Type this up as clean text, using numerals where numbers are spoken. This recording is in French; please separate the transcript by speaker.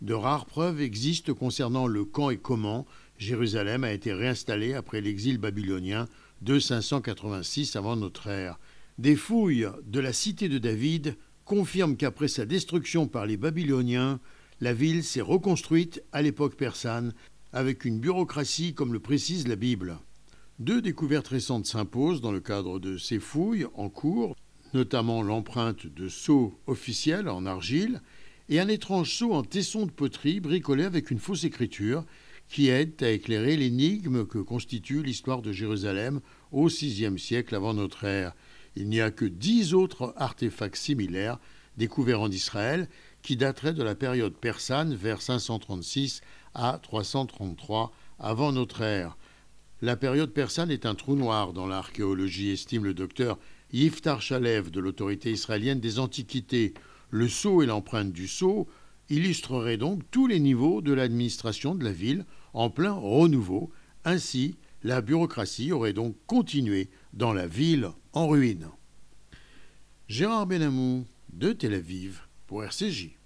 Speaker 1: De rares preuves existent concernant le quand et comment Jérusalem a été réinstallée après l'exil babylonien de 586 avant notre ère. Des fouilles de la cité de David confirment qu'après sa destruction par les Babyloniens, la ville s'est reconstruite à l'époque persane avec une bureaucratie comme le précise la Bible. Deux découvertes récentes s'imposent dans le cadre de ces fouilles en cours, notamment l'empreinte de sceaux officiels en argile et un étrange sceau en tesson de poterie bricolé avec une fausse écriture qui aide à éclairer l'énigme que constitue l'histoire de Jérusalem au VIe siècle avant notre ère. Il n'y a que 10 autres artefacts similaires découverts en Israël qui dateraient de la période persane vers 536 à 333 avant notre ère. La période persane est un trou noir dans l'archéologie, estime le docteur Yiftar Shalev de l'autorité israélienne des Antiquités. Le sceau et l'empreinte du sceau illustreraient donc tous les niveaux de l'administration de la ville en plein renouveau. Ainsi, la bureaucratie aurait donc continué dans la ville en ruine. Gérard Benamou de Tel Aviv pour RCJ.